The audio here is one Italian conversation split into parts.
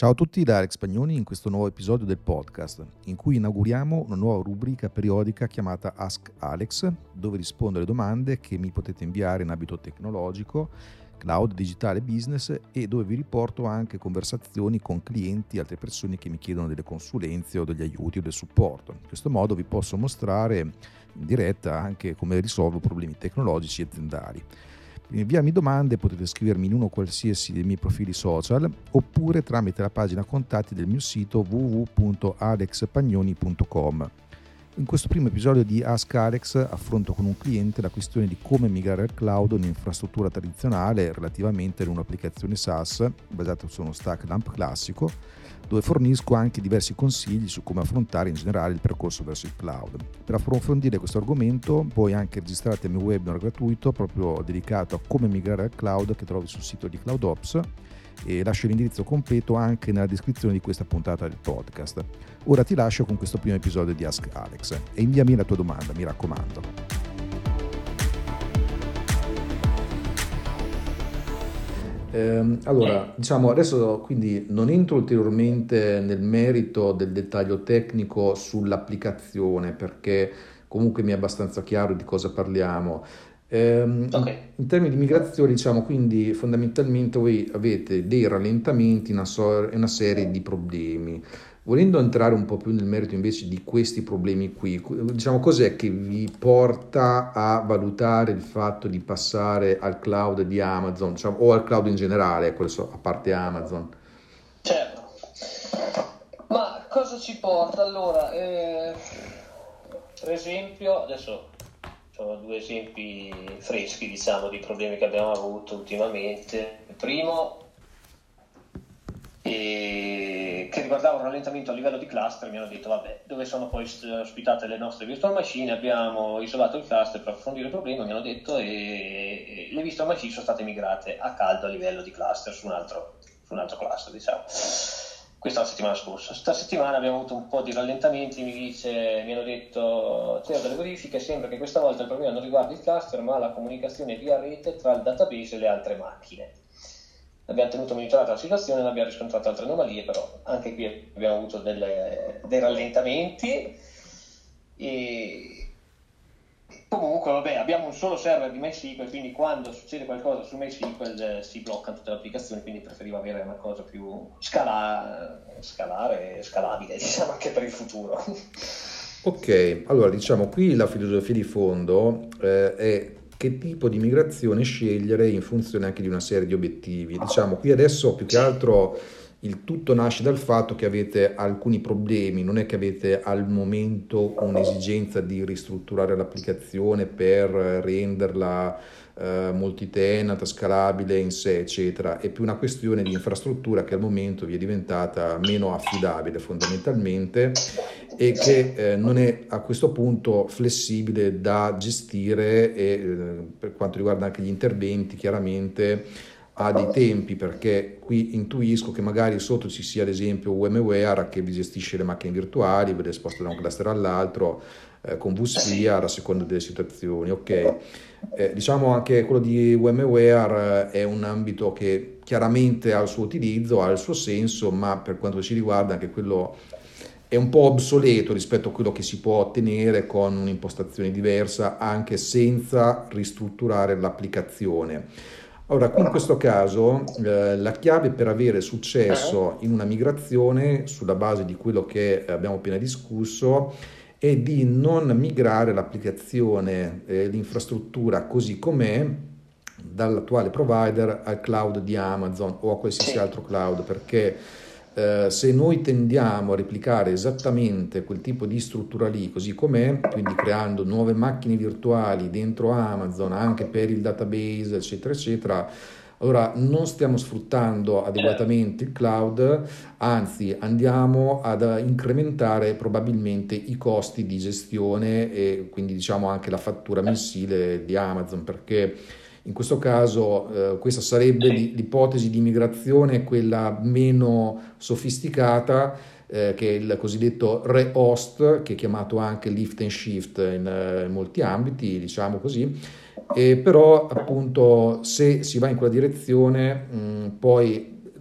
Ciao a tutti da Alex Pagnoni in questo nuovo episodio del podcast, in cui inauguriamo una nuova rubrica periodica chiamata Ask Alex, dove rispondo alle domande che mi potete inviare in ambito tecnologico, cloud, digitale, business e dove vi riporto anche conversazioni con clienti e altre persone che mi chiedono delle consulenze o degli aiuti o del supporto. In questo modo vi posso mostrare in diretta anche come risolvo problemi tecnologici e aziendali. Per inviarmi domande potete scrivermi in uno qualsiasi dei miei profili social oppure tramite la pagina contatti del mio sito www.alexpagnoni.com. In questo primo episodio di Ask Alex affronto con un cliente la questione di come migrare al cloud un'infrastruttura tradizionale relativamente ad un'applicazione SaaS basata su uno stack LAMP classico, dove fornisco anche diversi consigli su come affrontare in generale il percorso verso il cloud. Per approfondire questo argomento voi anche registrate il mio webinar gratuito proprio dedicato a come migrare al cloud che trovi sul sito di CloudOps e lascio l'indirizzo completo anche nella descrizione di questa puntata del podcast. Ora ti lascio con questo primo episodio di Ask Alex e inviami la tua domanda, mi raccomando. Diciamo adesso quindi non entro ulteriormente nel merito del dettaglio tecnico sull'applicazione perché comunque mi è abbastanza chiaro di cosa parliamo. In termini di migrazione, diciamo, quindi fondamentalmente voi avete dei rallentamenti, una serie di problemi. Volendo entrare un po' più nel merito invece di questi problemi qui, diciamo, cos'è che vi porta a valutare il fatto di passare al cloud di Amazon, diciamo, o al cloud in generale, questo a parte Amazon? Certo, ma cosa ci porta? Allora, per esempio, adesso sono due esempi freschi, diciamo, di problemi che abbiamo avuto ultimamente. Il primo, che riguardava un rallentamento a livello di cluster, mi hanno detto vabbè, dove sono poi ospitate le nostre virtual machine, abbiamo isolato il cluster per approfondire il problema, mi hanno detto, e le virtual machine sono state migrate a caldo a livello di cluster su un altro cluster, diciamo. Questa è la settimana scorsa. Questa settimana abbiamo avuto un po' di rallentamenti, mi hanno detto c'è delle verifiche, sembra che questa volta il problema non riguarda il cluster ma la comunicazione via rete tra il database e le altre macchine. Abbiamo tenuto monitorata la situazione, non abbiamo riscontrato altre anomalie, però anche qui abbiamo avuto dei rallentamenti e comunque vabbè, abbiamo un solo server di MySQL, quindi quando succede qualcosa su MySQL si bloccano tutte le applicazioni, quindi preferivo avere una cosa più scalabile, diciamo, anche per il futuro. Ok, allora diciamo qui la filosofia di fondo è che tipo di migrazione scegliere in funzione anche di una serie di obiettivi. Diciamo qui adesso più che altro il tutto nasce dal fatto che avete alcuni problemi, non è che avete al momento un'esigenza di ristrutturare l'applicazione per renderla multi-tenant, scalabile in sé, eccetera. È più una questione di infrastruttura che al momento vi è diventata meno affidabile fondamentalmente e che non è a questo punto flessibile da gestire e per quanto riguarda anche gli interventi chiaramente ha dei tempi, perché qui intuisco che magari sotto ci sia ad esempio VMware che vi gestisce le macchine virtuali, ve le sposta da un cluster all'altro con vSphere a seconda delle situazioni. Ok, diciamo anche quello di VMware è un ambito che chiaramente ha il suo utilizzo, ha il suo senso, ma per quanto ci riguarda anche quello è un po' obsoleto rispetto a quello che si può ottenere con un'impostazione diversa anche senza ristrutturare l'applicazione. Ora, qui in questo caso la chiave per avere successo in una migrazione sulla base di quello che abbiamo appena discusso è di non migrare l'applicazione, l'infrastruttura così com'è dall'attuale provider al cloud di Amazon o a qualsiasi altro cloud, perché se noi tendiamo a replicare esattamente quel tipo di struttura lì così com'è, quindi creando nuove macchine virtuali dentro Amazon anche per il database eccetera eccetera, allora non stiamo sfruttando adeguatamente il cloud, anzi andiamo ad incrementare probabilmente i costi di gestione e quindi diciamo anche la fattura mensile di Amazon, perché in questo caso questa sarebbe l'ipotesi di migrazione, quella meno sofisticata, che è il cosiddetto re-host, che è chiamato anche lift and shift in molti ambiti, diciamo così. Però appunto se si va in quella direzione poi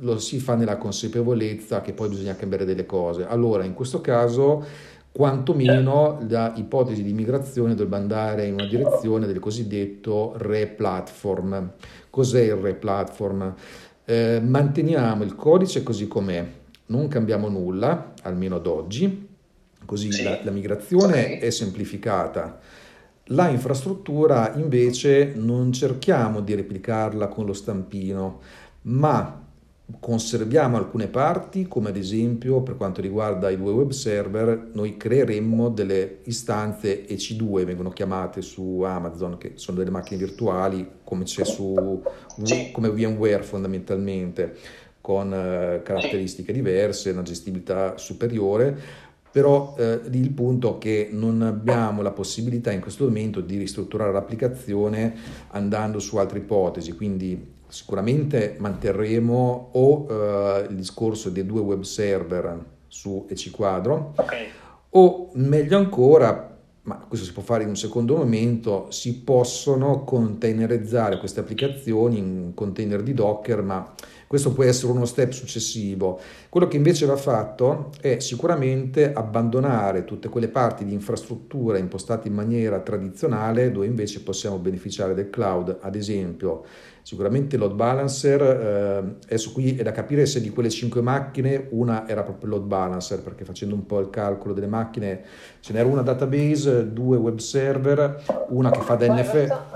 lo si fa nella consapevolezza che poi bisogna cambiare delle cose. Allora, in questo caso, quantomeno la ipotesi di migrazione dovrebbe andare in una direzione del cosiddetto re-platform. Cos'è il re-platform? Manteniamo il codice così com'è, non cambiamo nulla, almeno ad oggi, così Sì, la migrazione è ok. semplificata. La infrastruttura invece non cerchiamo di replicarla con lo stampino, ma conserviamo alcune parti, come ad esempio per quanto riguarda i due web server, noi creeremmo delle istanze EC2, vengono chiamate su Amazon, che sono delle macchine virtuali, come c'è Sì, come VMware fondamentalmente, con sì. caratteristiche diverse, una gestibilità superiore. Però lì il punto è che non abbiamo la possibilità in questo momento di ristrutturare l'applicazione andando su altre ipotesi, quindi sicuramente manterremo o il discorso dei due web server su EC Quadro Ok. o meglio ancora, ma questo si può fare in un secondo momento, si possono containerizzare queste applicazioni in container di Docker, ma questo può essere uno step successivo. Quello che invece va fatto è sicuramente abbandonare tutte quelle parti di infrastruttura impostate in maniera tradizionale dove invece possiamo beneficiare del cloud, ad esempio. Sicuramente load balancer, adesso qui è da capire se di quelle 5 macchine una era proprio load balancer, perché facendo un po' il calcolo delle macchine ce n'era una database, due web server, una che fa da Ma in NF. realtà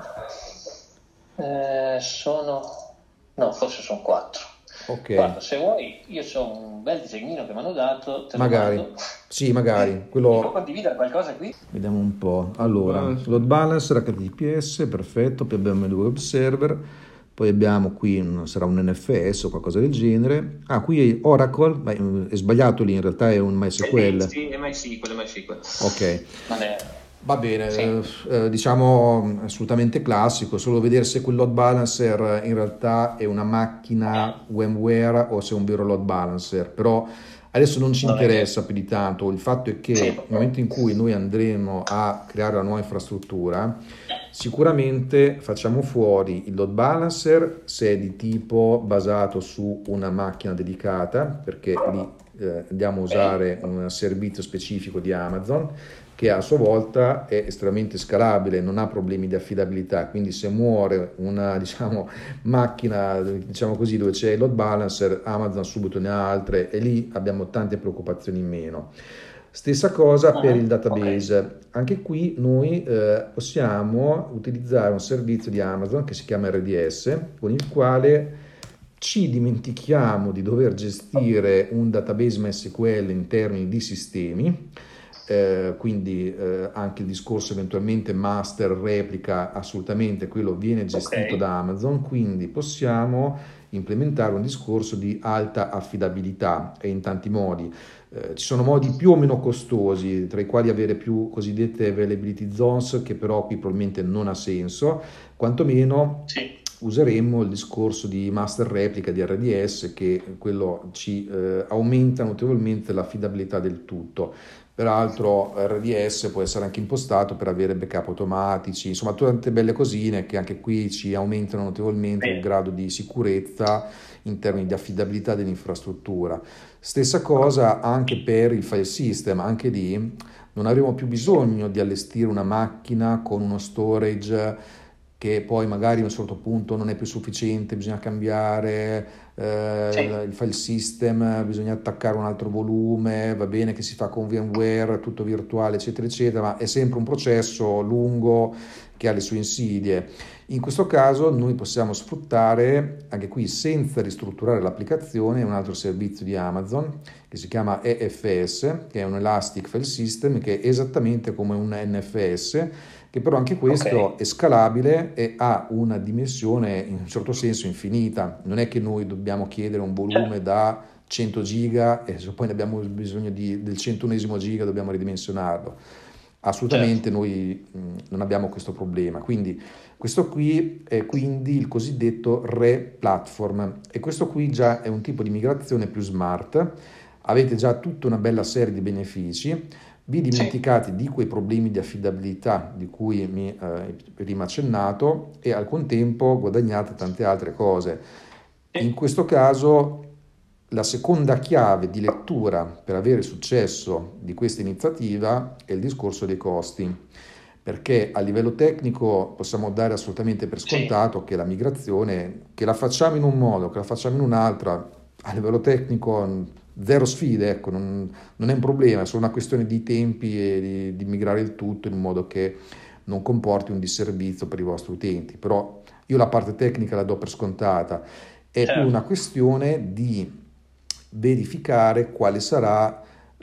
sono... No, forse sono quattro. Ok, Guarda, se vuoi, io ho un bel disegnino che mi hanno dato, te lo magari, mando. sì, magari, Ti può quello. condividere qualcosa qui? Vediamo un po'. Allora, load balancer HTTPS, perfetto, poi abbiamo i due web server, poi abbiamo qui, sarà un NFS o qualcosa del genere. Ah, qui è Oracle, ma è sbagliato lì, in realtà è un Sì, MySQL. sì, MySQL, MySQL. Ok, Non è... va bene, Sì, diciamo assolutamente classico, solo vedere se quel load balancer in realtà è una macchina VMware o se è un vero load balancer, però adesso non ci non è che... interessa più di tanto, il fatto è che Sì, nel momento in cui noi andremo a creare la nuova infrastruttura, sicuramente facciamo fuori il load balancer se è di tipo basato su una macchina dedicata, perché lì andiamo a ok. usare un servizio specifico di Amazon che a sua volta è estremamente scalabile, non ha problemi di affidabilità, quindi se muore una diciamo, macchina diciamo così, dove c'è il load balancer, Amazon subito ne ha altre e lì abbiamo tante preoccupazioni in meno. Stessa cosa per il Ok. database, anche qui noi possiamo utilizzare un servizio di Amazon che si chiama RDS, con il quale ci dimentichiamo di dover gestire un database MySQL in termini di sistemi, quindi anche il discorso eventualmente master, replica, assolutamente quello viene Ok. gestito da Amazon, quindi possiamo implementare un discorso di alta affidabilità e in tanti modi. Ci sono modi più o meno costosi, tra i quali avere più cosiddette availability zones, che però qui probabilmente non ha senso, quantomeno Sì. useremmo il discorso di master replica di RDS, che quello ci aumenta notevolmente l'affidabilità del tutto. Peraltro RDS può essere anche impostato per avere backup automatici, insomma tante belle cosine che anche qui ci aumentano notevolmente il Sì. grado di sicurezza in termini di affidabilità dell'infrastruttura. Stessa cosa anche per il file system, anche lì non avremo più bisogno di allestire una macchina con uno storage che poi magari a un certo punto non è più sufficiente, bisogna cambiare Sì. il file system, bisogna attaccare un altro volume, va bene che si fa con VMware, tutto virtuale, eccetera, eccetera, ma è sempre un processo lungo che ha le sue insidie. In questo caso noi possiamo sfruttare, anche qui senza ristrutturare l'applicazione, un altro servizio di Amazon che si chiama EFS, che è un Elastic File System, che è esattamente come un NFS, che però anche Ok. questo è scalabile e ha una dimensione in un certo senso infinita. Non è che noi dobbiamo chiedere un volume Certo. da 100 giga e se poi ne abbiamo bisogno del 101esimo giga dobbiamo ridimensionarlo. Certo. Assolutamente noi non abbiamo questo problema. Quindi questo qui è quindi il cosiddetto re-platform e questo qui già è un tipo di migrazione più smart. Avete già tutta una bella serie di benefici, vi Sì. dimenticate di quei problemi di affidabilità di cui mi prima accennato e al contempo guadagnate tante altre cose. In Sì. questo caso la seconda chiave di lettura per avere successo di questa iniziativa è il discorso dei costi, perché a livello tecnico possiamo dare assolutamente per scontato che la migrazione, che la facciamo in un modo, che la facciamo in un altro, a livello tecnico zero sfide, ecco, non è un problema, è solo una questione di tempi e di migrare il tutto in un modo che non comporti un disservizio per i vostri utenti. Però io la parte tecnica la do per scontata, è più una questione di verificare quale sarà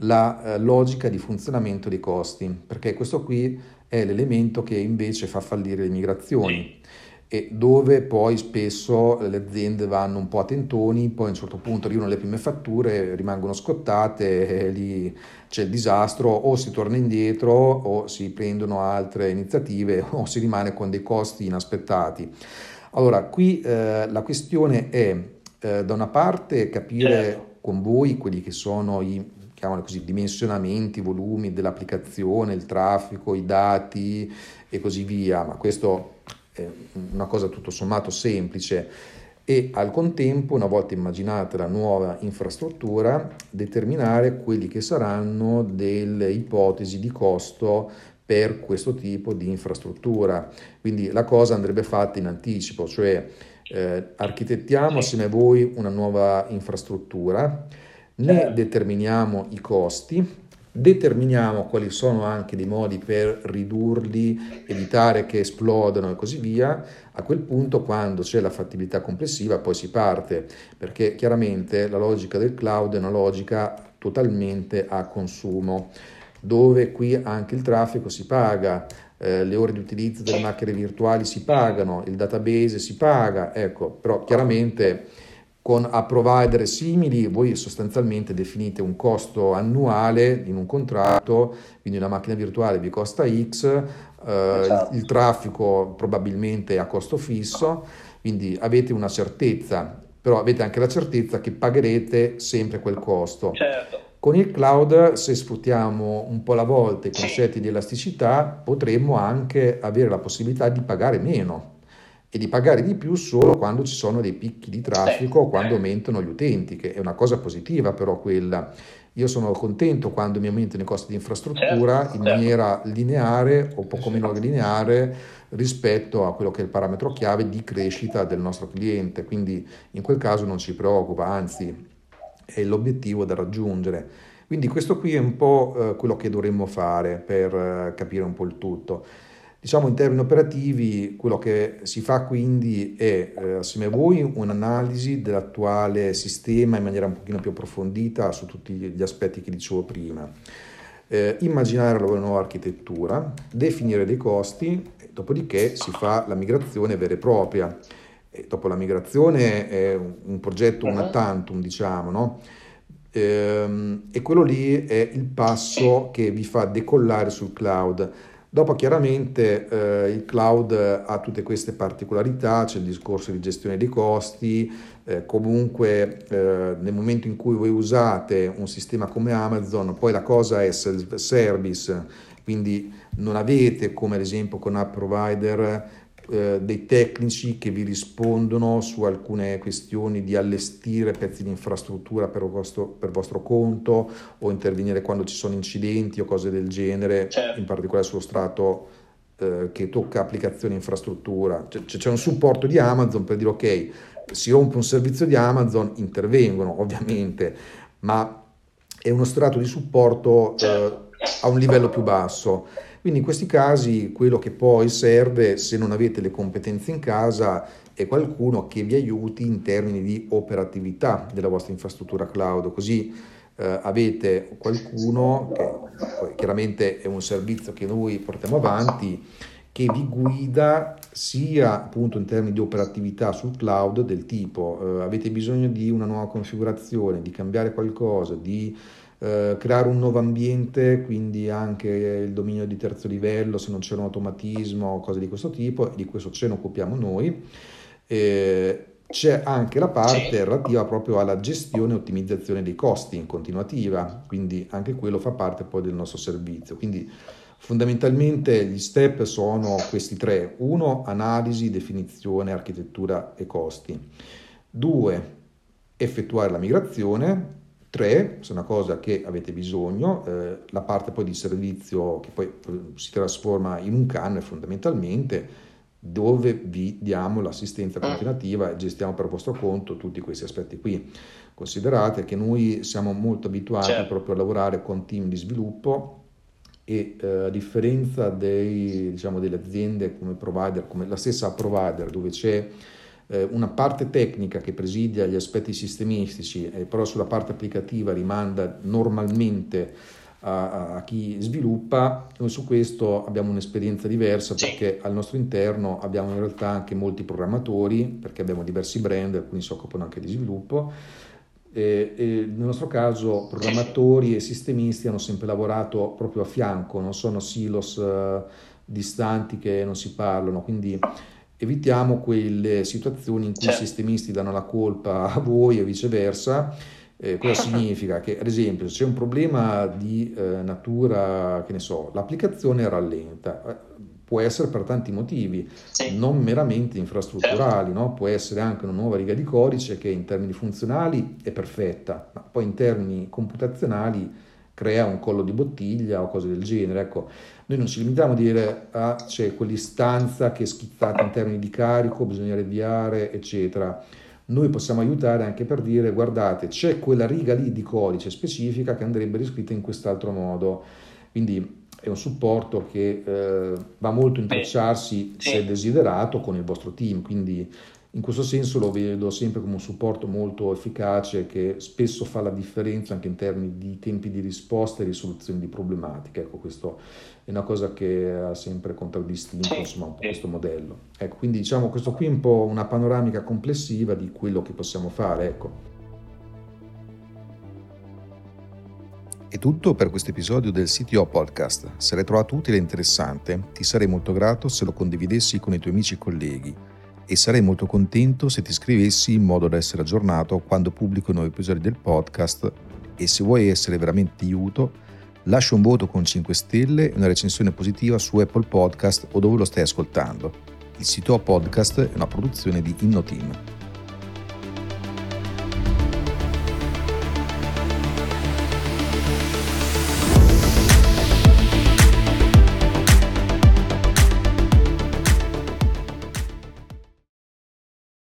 la logica di funzionamento dei costi, perché questo qui è l'elemento che invece fa fallire le migrazioni e dove poi spesso le aziende vanno un po' a tentoni, poi a un certo punto arrivano le prime fatture, rimangono scottate e lì c'è il disastro, o si torna indietro o si prendono altre iniziative o si rimane con dei costi inaspettati. Allora, qui la questione è da una parte capire con voi quelli che sono i chiamano così, dimensionamenti, volumi dell'applicazione, il traffico, i dati e così via, ma questo è una cosa tutto sommato semplice e al contempo, una volta immaginata la nuova infrastruttura, determinare quelli che saranno delle ipotesi di costo per questo tipo di infrastruttura. Quindi la cosa andrebbe fatta in anticipo, cioè architettiamo assieme a voi una nuova infrastruttura, ne determiniamo i costi, determiniamo quali sono anche dei modi per ridurli, evitare che esplodano e così via. A quel punto, quando c'è la fattibilità complessiva, poi si parte, perché chiaramente la logica del cloud è una logica totalmente a consumo, dove qui anche il traffico si paga, le ore di utilizzo delle macchine virtuali si pagano, il database si paga, ecco, però chiaramente a provider simili voi sostanzialmente definite un costo annuale in un contratto, quindi una macchina virtuale vi costa X, il traffico probabilmente è a costo fisso, quindi avete una certezza, però avete anche la certezza che pagherete sempre quel costo. Con il cloud, se sfruttiamo un po' alla volta i concetti di elasticità, potremmo anche avere la possibilità di pagare meno e di pagare di più solo quando ci sono dei picchi di traffico o quando aumentano gli utenti, che è una cosa positiva però quella. Io sono contento quando mi aumentano i costi di infrastruttura in maniera lineare o poco meno lineare rispetto a quello che è il parametro chiave di crescita del nostro cliente, quindi in quel caso non ci preoccupa, anzi è l'obiettivo da raggiungere. Quindi questo qui è un po' quello che dovremmo fare per capire un po' il tutto. Diciamo in termini operativi, quello che si fa quindi è, assieme a voi, un'analisi dell'attuale sistema in maniera un pochino più approfondita su tutti gli aspetti che dicevo prima. Immaginare la nuova architettura, definire dei costi, dopodiché si fa la migrazione vera e propria. E dopo la migrazione è un progetto una tantum, diciamo, no? E quello lì è il passo che vi fa decollare sul cloud. Dopo chiaramente il cloud ha tutte queste particolarità, c'è il discorso di gestione dei costi, comunque nel momento in cui voi usate un sistema come Amazon, poi la cosa è self-service, quindi non avete come ad esempio con App Provider dei tecnici che vi rispondono su alcune questioni di allestire pezzi di infrastruttura per vostro conto o intervenire quando ci sono incidenti o cose del genere, in particolare sullo strato che tocca applicazione e infrastruttura. C'è un supporto di Amazon per dire ok, si rompe un servizio di Amazon, intervengono ovviamente, ma è uno strato di supporto a un livello più basso. Quindi in questi casi quello che poi serve, se non avete le competenze in casa, è qualcuno che vi aiuti in termini di operatività della vostra infrastruttura cloud, così avete qualcuno che poi chiaramente è un servizio che noi portiamo avanti, che vi guida sia appunto in termini di operatività sul cloud del tipo avete bisogno di una nuova configurazione, di cambiare qualcosa, di creare un nuovo ambiente, quindi anche il dominio di terzo livello, se non c'è un automatismo o cose di questo tipo, e di questo ce ne occupiamo noi. C'è anche la parte relativa proprio alla gestione e ottimizzazione dei costi in continuativa, quindi anche quello fa parte poi del nostro servizio. Quindi fondamentalmente gli step sono questi tre: 1, analisi, definizione, architettura e costi; 2, effettuare la migrazione. 3, se è una cosa che avete bisogno, la parte poi di servizio che poi si trasforma in un CAN fondamentalmente, dove vi diamo l'assistenza continuativa e gestiamo per vostro conto tutti questi aspetti qui. Considerate che noi siamo molto abituati proprio a lavorare con team di sviluppo e a differenza delle aziende come provider, come la stessa provider, dove c'è una parte tecnica che presidia gli aspetti sistemistici, però sulla parte applicativa rimanda normalmente a chi sviluppa. Noi su questo abbiamo un'esperienza diversa, perché al nostro interno abbiamo in realtà anche molti programmatori, perché abbiamo diversi brand, alcuni si occupano anche di sviluppo. E nel nostro caso programmatori e sistemisti hanno sempre lavorato proprio a fianco, non sono silos distanti che non si parlano, quindi evitiamo quelle situazioni in cui i sistemisti danno la colpa a voi e viceversa. Cosa significa? Che ad esempio se c'è un problema di natura, che ne so, l'applicazione rallenta, può essere per tanti motivi, non meramente infrastrutturali, no? Può essere anche una nuova riga di codice che in termini funzionali è perfetta, ma poi in termini computazionali crea un collo di bottiglia o cose del genere. Ecco, noi non ci limitiamo a dire c'è quell'istanza che è schizzata in termini di carico, bisogna riavviare, eccetera. Noi possiamo aiutare anche per dire: guardate, c'è quella riga lì di codice specifica che andrebbe riscritta in quest'altro modo. Quindi è un supporto che va molto a intrecciarsi, se è desiderato, con il vostro team. Quindi in questo senso lo vedo sempre come un supporto molto efficace, che spesso fa la differenza anche in termini di tempi di risposta e risoluzione di problematiche. Ecco, questo è una cosa che ha sempre contraddistinto insomma un po' questo modello. Ecco, quindi diciamo questo qui è un po' una panoramica complessiva di quello che possiamo fare, ecco. È tutto per questo episodio del CTO Podcast. Se l'hai trovato utile e interessante, ti sarei molto grato se lo condividessi con i tuoi amici e colleghi, e sarei molto contento se ti iscrivessi in modo da essere aggiornato quando pubblico nuovi episodi del podcast. E se vuoi essere veramente di aiuto, lascia un voto con 5 stelle e una recensione positiva su Apple Podcast o dove lo stai ascoltando. Il CTO Podcast è una produzione di InnoTeam.